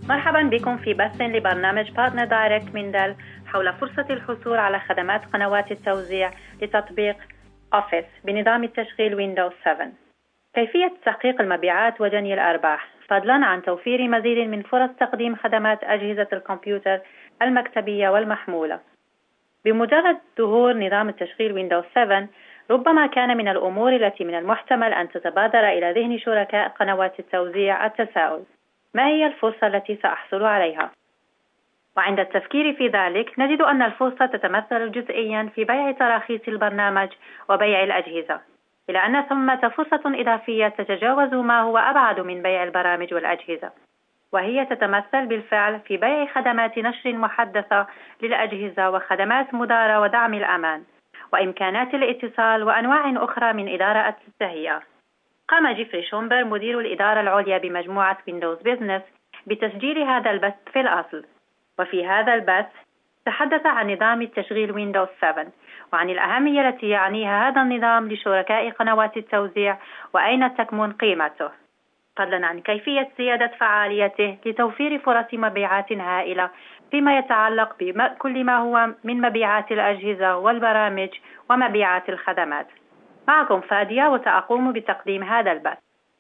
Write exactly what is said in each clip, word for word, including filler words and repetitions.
مرحبا بكم في بث لبرنامج بارتنر دايركت من دل حول فرصة الحصول على خدمات قنوات التوزيع لتطبيق أوفيس بنظام التشغيل ويندوز سبعة. كيفية تحقيق المبيعات وجني الأرباح فضلا عن توفير مزيد من فرص تقديم خدمات أجهزة الكمبيوتر المكتبية والمحمولة. بمجرد ظهور نظام التشغيل ويندوز سبعة ربما كان من الأمور التي من المحتمل أن تتبادر إلى ذهن شركاء قنوات التوزيع التساؤل: ما هي الفرصة التي سأحصل عليها؟ وعند التفكير في ذلك نجد أن الفرصة تتمثل جزئيا في بيع تراخيص البرنامج وبيع الأجهزة، إلى أن ثمة فرصة إضافية تتجاوز ما هو أبعد من بيع البرامج والأجهزة، وهي تتمثل بالفعل في بيع خدمات نشر محدثة للأجهزة وخدمات مدارة ودعم الأمان وإمكانات الاتصال وأنواع أخرى من إدارة التهيئة. قام جيفري شومبر مدير الإدارة العليا بمجموعة ويندوز بيزنس بتسجيل هذا البث في الأصل، وفي هذا البث تحدث عن نظام التشغيل ويندوز سبعة وعن الأهمية التي يعنيها هذا النظام لشركاء قنوات التوزيع وأين تكمن قيمته، فضلا عن كيفية زيادة فعاليته لتوفير فرص مبيعات هائلة فيما يتعلق بكل ما هو من مبيعات الأجهزة والبرامج ومبيعات الخدمات. معكم فادية وسأقوم بتقديم هذا البث.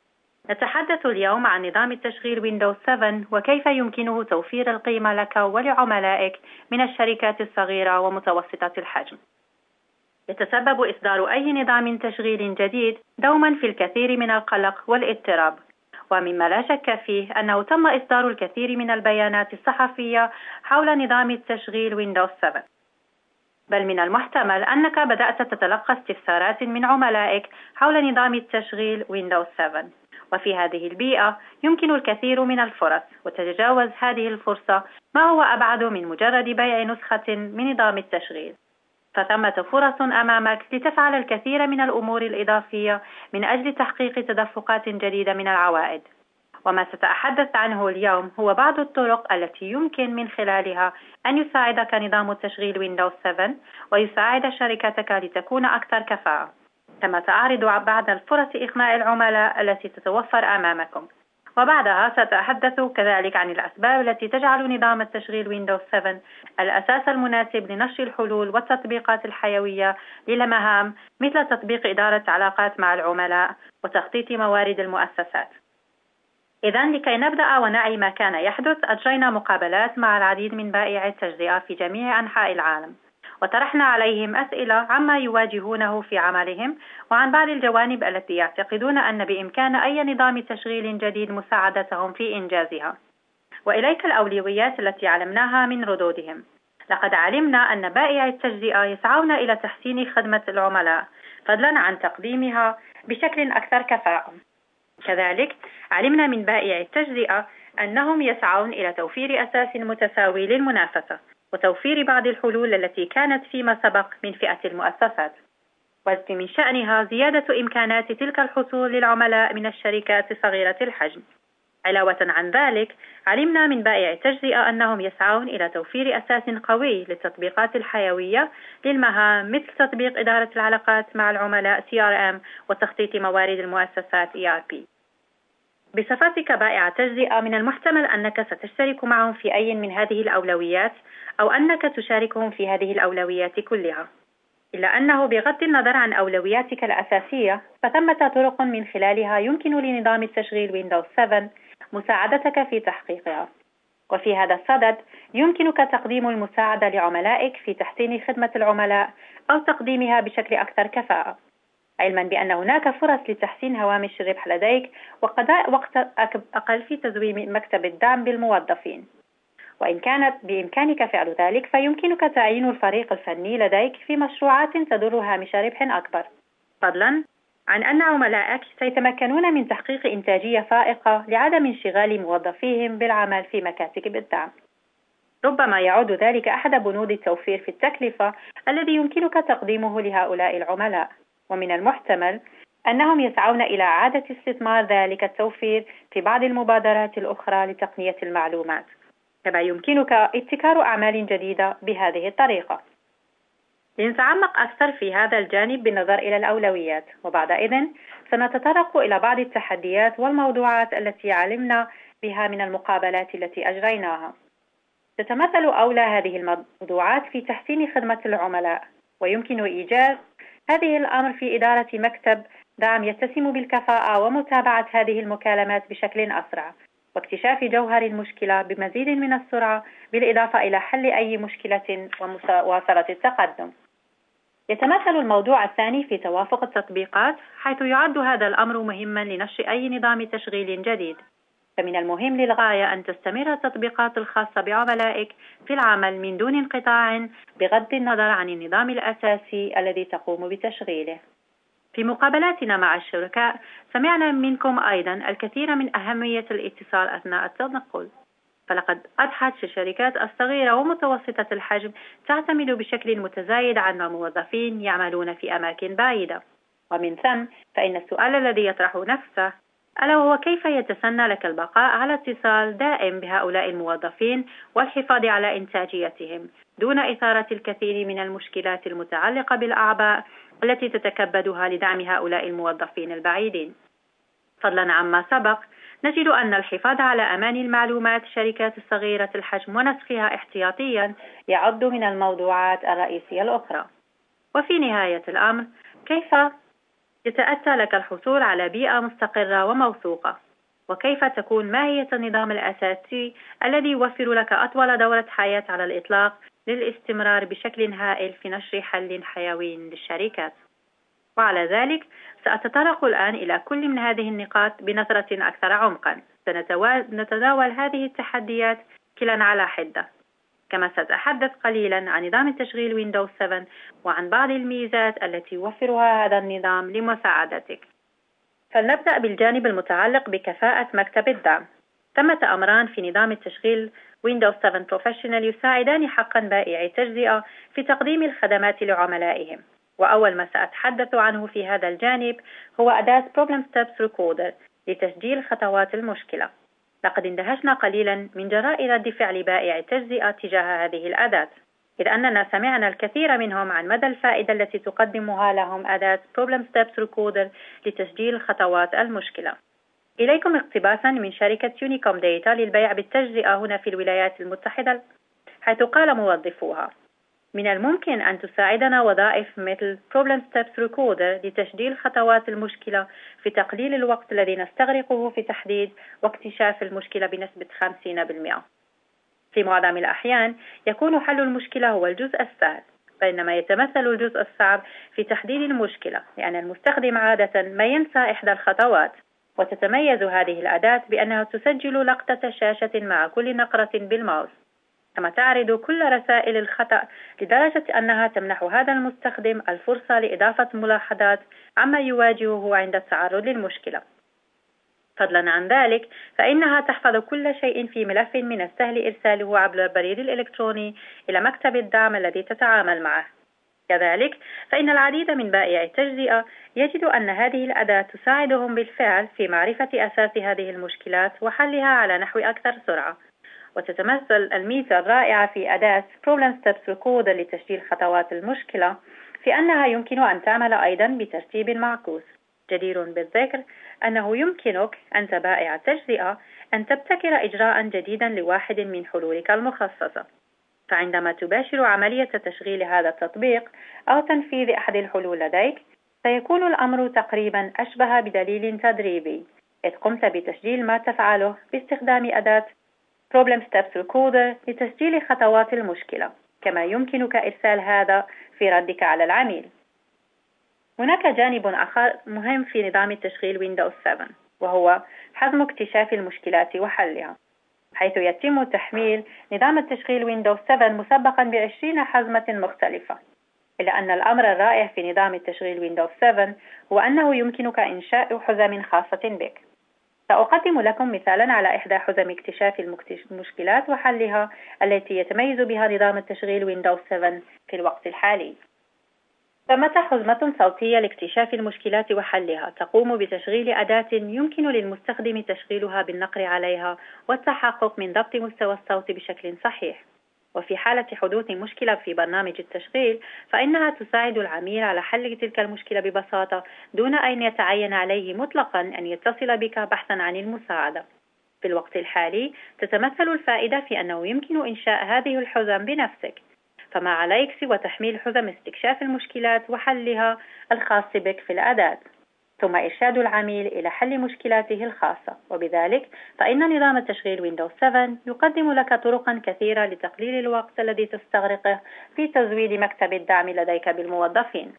نتحدث اليوم عن نظام التشغيل ويندوز سبعة وكيف يمكنه توفير القيمة لك ولعملائك من الشركات الصغيرة ومتوسطة الحجم. يتسبب إصدار أي نظام تشغيل جديد دوما في الكثير من القلق والاضطراب، ومما لا شك فيه أنه تم إصدار الكثير من البيانات الصحفية حول نظام التشغيل ويندوز سبعة، بل من المحتمل أنك بدأت تتلقى استفسارات من عملائك حول نظام التشغيل ويندوز سبعة، وفي هذه البيئة يمكن الكثير من الفرص، وتتجاوز هذه الفرصة ما هو أبعد من مجرد بيع نسخة من نظام التشغيل، فثمة فرص أمامك لتفعل الكثير من الأمور الإضافية من أجل تحقيق تدفقات جديدة من العوائد. وما سأتحدث عنه اليوم هو بعض الطرق التي يمكن من خلالها أن يساعدك نظام التشغيل ويندوز سبعة ويساعد شركتك لتكون أكثر كفاءة، كما سأعرض بعض الفرص إقناع العملاء التي تتوفر أمامكم، وبعدها سأتحدث كذلك عن الأسباب التي تجعل نظام التشغيل ويندوز سبعة الأساس المناسب لنشر الحلول والتطبيقات الحيوية للمهام مثل تطبيق إدارة علاقات مع العملاء وتخطيط موارد المؤسسات. إذن لكي نبدأ ونعي ما كان يحدث، أجرينا مقابلات مع العديد من بائعي التجزئة في جميع أنحاء العالم، وطرحنا عليهم أسئلة عما يواجهونه في عملهم وعن بعض الجوانب التي يعتقدون أن بإمكان أي نظام تشغيل جديد مساعدتهم في إنجازها. وإليك الأولويات التي علمناها من ردودهم. لقد علمنا أن بائعي التجزئة يسعون إلى تحسين خدمة العملاء فضلا عن تقديمها بشكل أكثر كفاءة. كذلك علمنا من بائعي التجزئة أنهم يسعون إلى توفير أساس متساوي للمنافسة وتوفير بعض الحلول التي كانت فيما سبق من فئة المؤسسات، والتي من شأنها زيادة إمكانات تلك الحصول للعملاء من الشركات صغيرة الحجم. علاوة عن ذلك علمنا من بائعي التجزئة أنهم يسعون إلى توفير أساس قوي للتطبيقات الحيوية للمهام مثل تطبيق إدارة العلاقات مع العملاء سي آر إم وتخطيط موارد المؤسسات إي آر بي. بصفتك بائع تجزئة من المحتمل أنك ستشترك معهم في أي من هذه الأولويات أو أنك تشاركهم في هذه الأولويات كلها، إلا أنه بغض النظر عن أولوياتك الأساسية فثمة طرق من خلالها يمكن لنظام التشغيل ويندوز سبعة مساعدتك في تحقيقها. وفي هذا الصدد يمكنك تقديم المساعدة لعملائك في تحسين خدمة العملاء أو تقديمها بشكل أكثر كفاءة، علما بأن هناك فرص لتحسين هوامش الربح لديك وقضاء وقت أقل في تزويم مكتب الدعم بالموظفين. وإن كانت بإمكانك فعل ذلك فيمكنك تعيين الفريق الفني لديك في مشروعات تدر هامش ربح أكبر، فضلا عن أن عملائك سيتمكنون من تحقيق إنتاجية فائقة لعدم انشغال موظفيهم بالعمل في مكاتب الدعم. ربما يعود ذلك أحد بنود التوفير في التكلفة الذي يمكنك تقديمه لهؤلاء العملاء، ومن المحتمل أنهم يسعون إلى إعادة استثمار ذلك التوفير في بعض المبادرات الأخرى لتقنية المعلومات، كما يمكنك ابتكار أعمال جديدة بهذه الطريقة. لنتعمق أكثر في هذا الجانب بالنظر إلى الأولويات، وبعدئذ سنتطرق إلى بعض التحديات والموضوعات التي علمنا بها من المقابلات التي أجريناها. تتمثل أولى هذه الموضوعات في تحسين خدمة العملاء، ويمكن إيجاد هذه الأمر في إدارة مكتب دعم يتسم بالكفاءة ومتابعة هذه المكالمات بشكل أسرع، واكتشاف جوهر المشكلة بمزيد من السرعة، بالإضافة إلى حل أي مشكلة ومواصلة التقدم. يتمثل الموضوع الثاني في توافق التطبيقات، حيث يعد هذا الأمر مهما لنشر أي نظام تشغيل جديد. فمن المهم للغاية أن تستمر التطبيقات الخاصة بعملائك في العمل من دون انقطاع، بغض النظر عن النظام الأساسي الذي تقوم بتشغيله. في مقابلاتنا مع الشركاء سمعنا منكم أيضا الكثير من أهمية الاتصال أثناء التنقل، فلقد أضحت الشركات الصغيرة ومتوسطة الحجم تعتمد بشكل متزايد على موظفين يعملون في أماكن بعيدة، ومن ثم فإن السؤال الذي يطرح نفسه ألا وهو كيف يتسنى لك البقاء على اتصال دائم بهؤلاء الموظفين والحفاظ على إنتاجيتهم دون إثارة الكثير من المشكلات المتعلقة بالأعباء التي تتكبدها لدعم هؤلاء الموظفين البعيدين. فضلا عما سبق، نجد أن الحفاظ على أمان المعلومات الشركات الصغيرة الحجم ونسخها احتياطيا يعد من الموضوعات الرئيسية الأخرى. وفي نهاية الأمر، كيف يتأتى لك الحصول على بيئة مستقرة وموثوقة؟ وكيف تكون ماهية النظام الأساسي الذي يوفر لك أطول دورة حياة على الإطلاق للاستمرار بشكل هائل في نشر حل حيوي للشركات؟ وعلى ذلك سأتطرق الآن إلى كل من هذه النقاط بنظرة أكثر عمقا. سنتناول هذه التحديات كلا على حدة، كما سأتحدث قليلا عن نظام التشغيل ويندوز سبعة وعن بعض الميزات التي يوفرها هذا النظام لمساعدتك. فلنبدأ بالجانب المتعلق بكفاءة مكتب الدعم. ثمة أمران في نظام التشغيل ويندوز سبعة بروفيشنال يساعدان حقا بائعي التجزئة في تقديم الخدمات لعملائهم. وأول ما سأتحدث عنه في هذا الجانب هو أداة Problem Steps Recorder لتسجيل خطوات المشكلة. لقد اندهشنا قليلا من جراء رد فعل بائعي التجزئة تجاه هذه الأداة، إذ أننا سمعنا الكثير منهم عن مدى الفائدة التي تقدمها لهم أداة Problem Steps Recorder لتسجيل خطوات المشكلة. إليكم اقتباسا من شركة يونيكوم داتا للبيع بالتجزئة هنا في الولايات المتحدة، حيث قال موظفوها: من الممكن أن تساعدنا وظائف مثل Problem Steps Recorder لتسجيل خطوات المشكلة في تقليل الوقت الذي نستغرقه في تحديد واكتشاف المشكلة بنسبة خمسين بالمئة. في معظم الأحيان يكون حل المشكلة هو الجزء السهل، بينما يتمثل الجزء الصعب في تحديد المشكلة، لأن المستخدم عادة ما ينسى إحدى الخطوات. وتتميز هذه الأداة بأنها تسجل لقطة شاشة مع كل نقرة بالماوس، كما تعرض كل رسائل الخطأ، لدرجة أنها تمنح هذا المستخدم الفرصة لإضافة ملاحظات عما يواجهه عند التعرض للمشكلة. فضلا عن ذلك، فإنها تحفظ كل شيء في ملف من السهل إرساله عبر البريد الإلكتروني إلى مكتب الدعم الذي تتعامل معه. كذلك فإن العديد من بائعي التجزئة يجد أن هذه الأداة تساعدهم بالفعل في معرفة أساس هذه المشكلات وحلها على نحو أكثر سرعة. وتتمثل الميزة الرائعة في أداة Problem Steps Recorder لتسجيل خطوات المشكلة في أنها يمكن أن تعمل أيضا بترتيب معكوس. جدير بالذكر أنه يمكنك أنت بائع التجزئة أن تبتكر إجراء جديدا لواحد من حلولك المخصصة. فعندما تباشر عملية تشغيل هذا التطبيق أو تنفيذ أحد الحلول لديك، سيكون الأمر تقريبا أشبه بدليل تدريبي، إذ قمت بتسجيل ما تفعله باستخدام أداة Problem Steps Recorder لتسجيل خطوات المشكلة، كما يمكنك إرسال هذا في ردك على العميل. هناك جانب آخر مهم في نظام التشغيل ويندوز سبعة، وهو حزم اكتشاف المشكلات وحلها، حيث يتم تحميل نظام التشغيل ويندوز سبعة مسبقا بعشرين حزمة مختلفة. إلا أن الأمر الرائع في نظام التشغيل ويندوز سبعة هو أنه يمكنك إنشاء حزم خاصة بك. سأقدم لكم مثالا على إحدى حزم اكتشاف المشكلات وحلها التي يتميز بها نظام التشغيل ويندوز سبعة في الوقت الحالي. ثمة حزمة صوتية لاكتشاف المشكلات وحلها تقوم بتشغيل أداة يمكن للمستخدم تشغيلها بالنقر عليها والتحقق من ضبط مستوى الصوت بشكل صحيح. وفي حالة حدوث مشكلة في برنامج التشغيل فإنها تساعد العميل على حل تلك المشكلة ببساطة دون أن يتعين عليه مطلقا أن يتصل بك بحثا عن المساعدة. في الوقت الحالي تتمثل الفائدة في أنه يمكن إنشاء هذه الحزم بنفسك، فما عليك سوى تحميل حزم استكشاف المشكلات وحلها الخاص بك في الأداة، ثم إرشاد العميل إلى حل مشكلاته الخاصة. وبذلك فإن نظام التشغيل ويندوز سبعة يقدم لك طرقا كثيرة لتقليل الوقت الذي تستغرقه في تزويد مكتب الدعم لديك بالموظفين.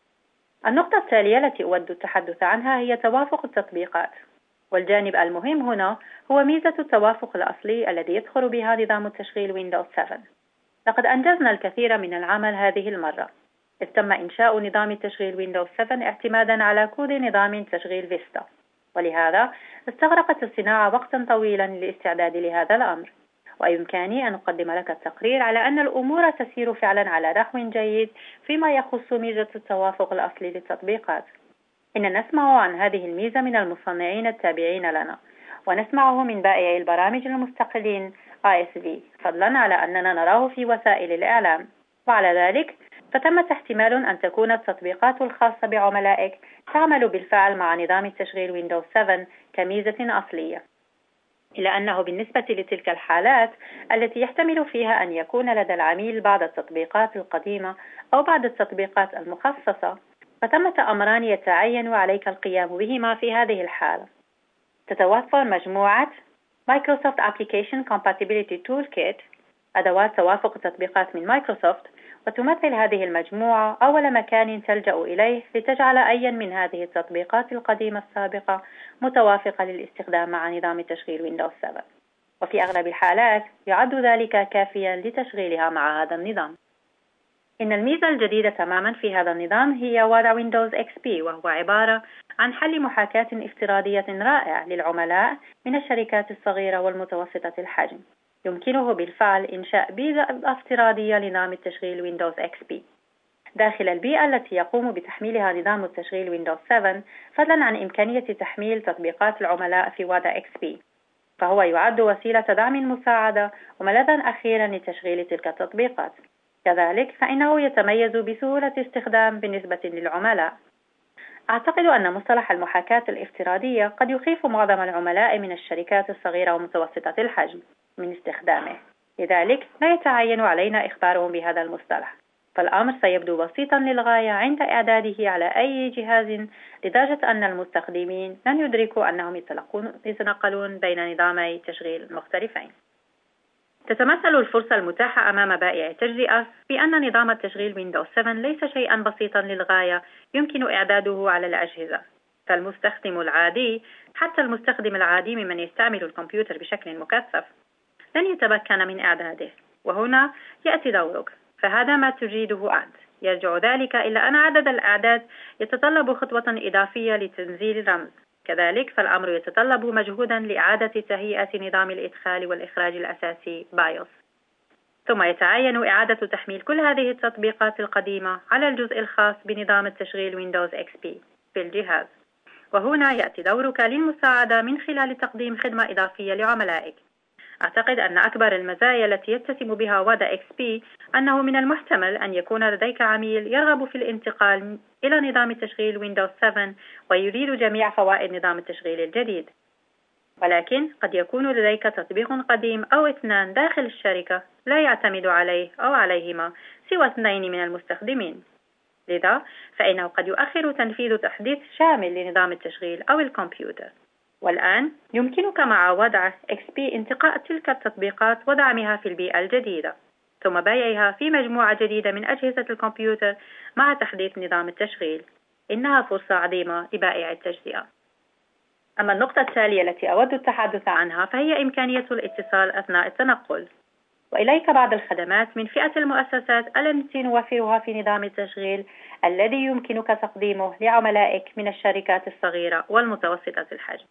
النقطة التالية التي أود التحدث عنها هي توافق التطبيقات، والجانب المهم هنا هو ميزة التوافق الأصلي الذي يدخل بها نظام التشغيل ويندوز سبعة. لقد أنجزنا الكثير من العمل هذه المرة، إذ تم إنشاء نظام التشغيل ويندوز سبعة اعتمادا على كود نظام تشغيل فيستا، ولهذا استغرقت الصناعة وقتا طويلا للاستعداد لهذا الأمر. ويمكنني أن أقدم لك التقرير على أن الأمور تسير فعلا على نحو جيد فيما يخص ميزة التوافق الأصلي للتطبيقات. إن نسمع عن هذه الميزة من المصنعين التابعين لنا، ونسمعه من بائعي البرامج المستقلين آي إس في، فضلا على أننا نراه في وسائل الإعلام. وعلى ذلك فثمة احتمال أن تكون التطبيقات الخاصة بعملائك تعمل بالفعل مع نظام التشغيل ويندوز سبعة كميزة أصلية، إلا أنه بالنسبة لتلك الحالات التي يحتمل فيها أن يكون لدى العميل بعض التطبيقات القديمة أو بعض التطبيقات المخصصة، فثمة أمران يتعين عليك القيام بهما في هذه الحالة. تتوفر مجموعة Microsoft Application Compatibility Toolkit، أدوات توافق التطبيقات من مايكروسوفت، وتمثل هذه المجموعة أول مكان تلجأ إليه لتجعل أي من هذه التطبيقات القديمة السابقة متوافقة للاستخدام مع نظام التشغيل ويندوز سبعة، وفي أغلب الحالات يعد ذلك كافيا لتشغيلها مع هذا النظام. إن الميزة الجديدة تماما في هذا النظام هي وضع ويندوز إكس بي، وهو عبارة عن حل محاكاة افتراضية رائع للعملاء من الشركات الصغيرة والمتوسطة الحجم. يمكنه بالفعل إنشاء بيئة افتراضية لنظام التشغيل ويندوز إكس بي داخل البيئة التي يقوم بتحميلها نظام التشغيل ويندوز سبعة، فضلا عن إمكانية تحميل تطبيقات العملاء في وضع إكس بي، فهو يعد وسيلة دعم مساعدة وملاذا أخيرا لتشغيل تلك التطبيقات. كذلك فإنه يتميز بسهولة استخدام بالنسبة للعملاء. أعتقد أن مصطلح المحاكاة الافتراضية قد يخيف معظم العملاء من الشركات الصغيرة ومتوسطة الحجم من استخدامه، لذلك لا يتعين علينا إخبارهم بهذا المصطلح، فالأمر سيبدو بسيطا للغاية عند إعداده على أي جهاز، لدرجة أن المستخدمين لن يدركوا أنهم يتنقلون بين نظامي تشغيل مختلفين. تتمثل الفرصة المتاحة أمام بائع التجزئة في أن نظام التشغيل ويندوز سبعة ليس شيئا بسيطا للغاية يمكن إعداده على الأجهزة، فالمستخدم العادي، حتى المستخدم العادي ممن يستعمل الكمبيوتر بشكل مكثف، لن يتمكن من إعداده. وهنا يأتي دورك، فهذا ما تجيده أنت. يرجع ذلك إلى أن عدد الأعداد يتطلب خطوة إضافية لتنزيل الرمز، كذلك فالأمر يتطلب مجهودا لإعادة تهيئة نظام الإدخال والإخراج الأساسي بايوس، ثم يتعين إعادة تحميل كل هذه التطبيقات القديمة على الجزء الخاص بنظام التشغيل ويندوز إكس بي في الجهاز. وهنا يأتي دورك للمساعدة من خلال تقديم خدمة إضافية لعملائك. أعتقد أن أكبر المزايا التي يتسم بها وضع إكس بي أنه من المحتمل أن يكون لديك عميل يرغب في الانتقال إلى نظام التشغيل ويندوز سبعة ويريد جميع فوائد نظام التشغيل الجديد، ولكن قد يكون لديك تطبيق قديم أو اثنان داخل الشركة لا يعتمد عليه أو عليهما سوى اثنين من المستخدمين، لذا فإنه قد يؤخر تنفيذ تحديث شامل لنظام التشغيل أو الكمبيوتر. والآن يمكنك مع وضع إكس بي انتقاء تلك التطبيقات ودعمها في البيئة الجديدة، ثم بيعها في مجموعة جديدة من أجهزة الكمبيوتر مع تحديث نظام التشغيل. إنها فرصة عظيمة لبائع التجزئة. أما النقطة التالية التي أود التحدث عنها فهي إمكانية الاتصال أثناء التنقل، وإليك بعض الخدمات من فئة المؤسسات التي نوفرها في نظام التشغيل الذي يمكنك تقديمه لعملائك من الشركات الصغيرة والمتوسطة الحجم.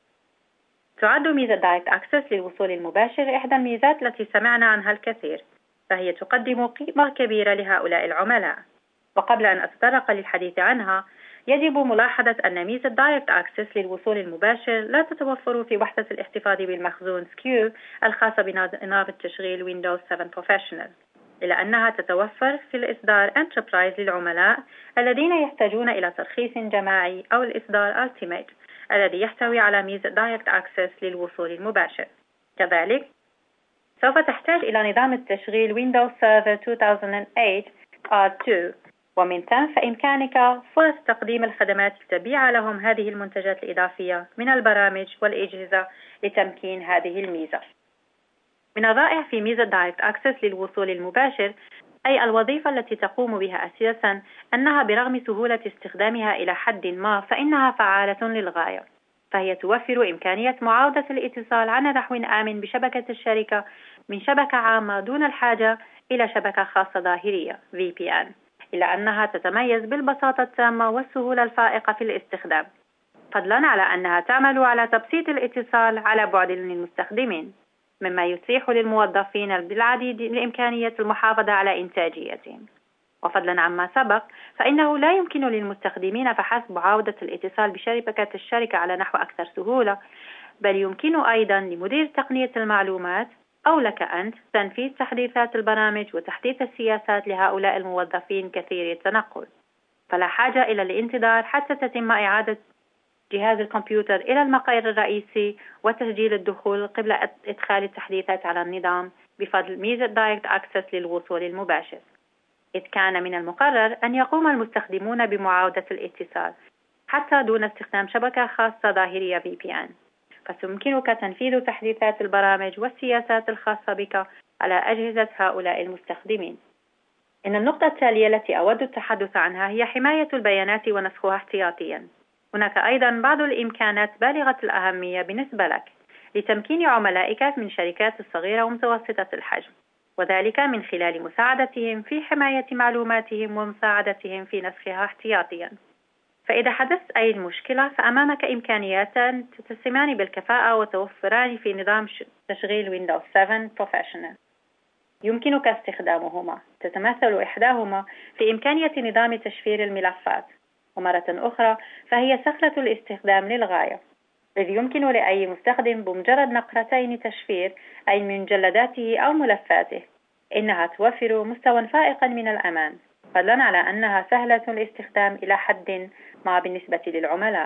تعد ميزة دايركت أكسس للوصول المباشر إحدى الميزات التي سمعنا عنها الكثير، فهي تقدم قيمة كبيرة لهؤلاء العملاء. وقبل أن أتطرق للحديث عنها، يجب ملاحظة أن ميزة دايركت أكسس للوصول المباشر لا تتوفر في وحدة الاحتفاظ بالمخزون سكيو الخاصة بنظام التشغيل ويندوز سبعة بروفيشنال، إلى أنها تتوفر في الإصدار Enterprise للعملاء الذين يحتاجون إلى ترخيص جماعي أو الإصدار Ultimate الذي يحتوي على ميزة Direct Access للوصول المباشر. كذلك سوف تحتاج إلى نظام التشغيل Windows Server ألفين وثمانية آر تو، ومن ثم فإمكانك فرص تقديم الخدمات التابعة لهم هذه المنتجات الإضافية من البرامج والأجهزة لتمكين هذه الميزة. من الرائع في ميزة Direct Access للوصول المباشر أي الوظيفة التي تقوم بها أساسا أنها برغم سهولة استخدامها إلى حد ما فإنها فعالة للغاية، فهي توفر إمكانية معاودة الاتصال على نحو آمن بشبكة الشركة من شبكة عامة دون الحاجة إلى شبكة خاصة ظاهرية في بي إن، إلا أنها تتميز بالبساطة التامة والسهولة الفائقة في الاستخدام، فضلا على أنها تعمل على تبسيط الاتصال على بعد للمستخدمين، مما يتيح للموظفين بالعديد من إمكانية المحافظة على إنتاجيتهم. وفضلا عما سبق فإنه لا يمكن للمستخدمين فحسب معاودة الاتصال بشبكة الشركة على نحو أكثر سهولة، بل يمكن أيضا لمدير تقنية المعلومات أو لك أنت تنفيذ تحديثات البرامج وتحديث السياسات لهؤلاء الموظفين كثيري التنقل، فلا حاجة إلى الانتظار حتى تتم إعادة جهاز الكمبيوتر إلى المقر الرئيسي وتسجيل الدخول قبل إدخال التحديثات على النظام بفضل ميزة Direct Access للوصول المباشر، إذ كان من المقرر أن يقوم المستخدمون بمعاودة الاتصال حتى دون استخدام شبكة خاصة ظاهرية في بي إن، فسيمكنك تنفيذ تحديثات البرامج والسياسات الخاصة بك على أجهزة هؤلاء المستخدمين. إن النقطة التالية التي أود التحدث عنها هي حماية البيانات ونسخها احتياطيا. هناك أيضا بعض الإمكانات بالغة الأهمية بالنسبة لك لتمكين عملائك من شركات الصغيرة ومتوسطة الحجم، وذلك من خلال مساعدتهم في حماية معلوماتهم ومساعدتهم في نسخها احتياطيا. فإذا حدثت أي مشكلة فأمامك إمكانيات تتسمان بالكفاءة وتوفران في نظام تشغيل ويندوز سبعة Professional يمكنك استخدامهما. تتمثل إحداهما في إمكانية نظام تشفير الملفات، ومرة أخرى فهي سهلة الاستخدام للغاية، إذ يمكن لأي مستخدم بمجرد نقرتين تشفير أي من مجلداته أو ملفاته. إنها توفر مستوى فائقا من الأمان، فضلا على أنها سهلة الاستخدام إلى حد ما بالنسبة للعملاء،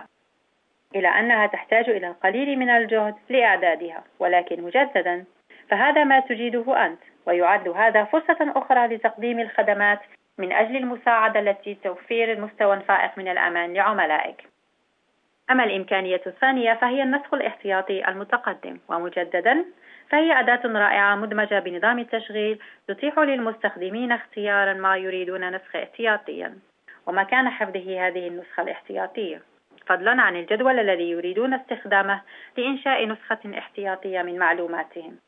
إلى أنها تحتاج إلى القليل من الجهد لإعدادها، ولكن مجددا فهذا ما تجيده أنت، ويعد هذا فرصة أخرى لتقديم الخدمات من أجل المساعدة التي توفير المستوى فائق من الأمان لعملائك. أما الإمكانية الثانية فهي النسخ الاحتياطي المتقدم، ومجددا فهي أداة رائعة مدمجة بنظام التشغيل تتيح للمستخدمين اختيارا ما يريدون نسخ احتياطيا ومكان حفظه هذه النسخة الاحتياطية، فضلا عن الجدول الذي يريدون استخدامه لإنشاء نسخة احتياطية من معلوماتهم.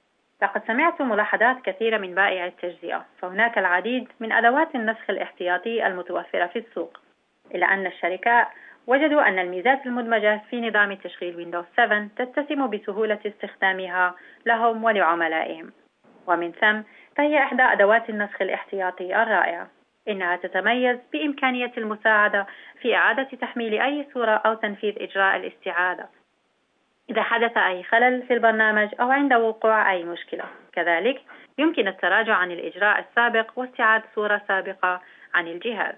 لقد سمعت ملاحظات كثيرة من بائع التجزئة، فهناك العديد من أدوات النسخ الاحتياطي المتوفرة في السوق، إلا أن الشركات وجدوا أن الميزات المدمجة في نظام تشغيل ويندوز سبعة تتسم بسهولة استخدامها لهم ولعملائهم، ومن ثم فهي إحدى أدوات النسخ الاحتياطي الرائعة. إنها تتميز بإمكانية المساعدة في إعادة تحميل أي صورة أو تنفيذ إجراء الاستعادة إذا حدث أي خلل في البرنامج أو عند وقوع أي مشكلة. كذلك يمكن التراجع عن الإجراء السابق واستعادة صورة سابقة عن الجهاز.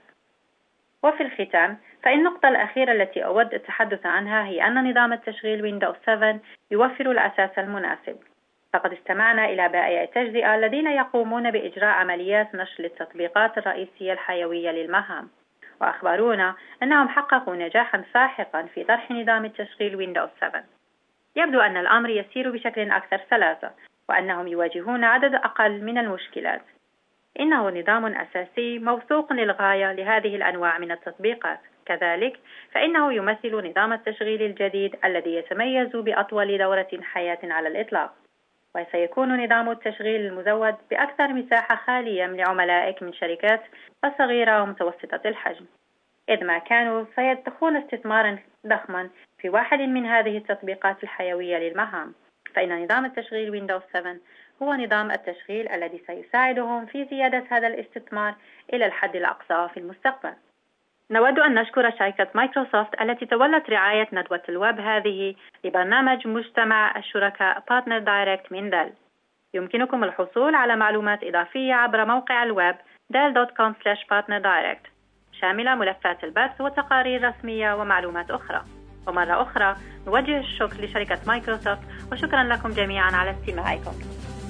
وفي الختام فإن النقطة الأخيرة التي أود التحدث عنها هي أن نظام التشغيل ويندوز سبعة يوفر الأساس المناسب. فقد استمعنا إلى بائعي التجزئة الذين يقومون بإجراء عمليات نشر التطبيقات الرئيسية الحيوية للمهام، وأخبرونا أنهم حققوا نجاحا ساحقا في طرح نظام التشغيل ويندوز سبعة. يبدو أن الأمر يسير بشكل أكثر سلاسة، وأنهم يواجهون عدد أقل من المشكلات. إنه نظام أساسي موثوق للغاية لهذه الأنواع من التطبيقات. كذلك فإنه يمثل نظام التشغيل الجديد الذي يتميز بأطول دورة حياة على الإطلاق، وسيكون نظام التشغيل المزود بأكثر مساحة خالية من عملائك من شركات صغيرة ومتوسطة الحجم، إذ ما كانوا سيضخون استثمارا ضخما في واحد من هذه التطبيقات الحيوية للمهام. فإن نظام التشغيل ويندوز سبعة هو نظام التشغيل الذي سيساعدهم في زيادة هذا الاستثمار إلى الحد الأقصى في المستقبل. نود أن نشكر شركة مايكروسوفت التي تولت رعاية ندوة الويب هذه لبرنامج مجتمع الشركاء بارتنر دايركت من دل. يمكنكم الحصول على معلومات إضافية عبر موقع الويب ديل دوت كوم سلاش بارتنر دايركت شاملة ملفات البث وتقارير رسمية ومعلومات أخرى. ومرة أخرى نوجه الشكر لشركة مايكروسوفت، وشكرا لكم جميعا على استماعكم.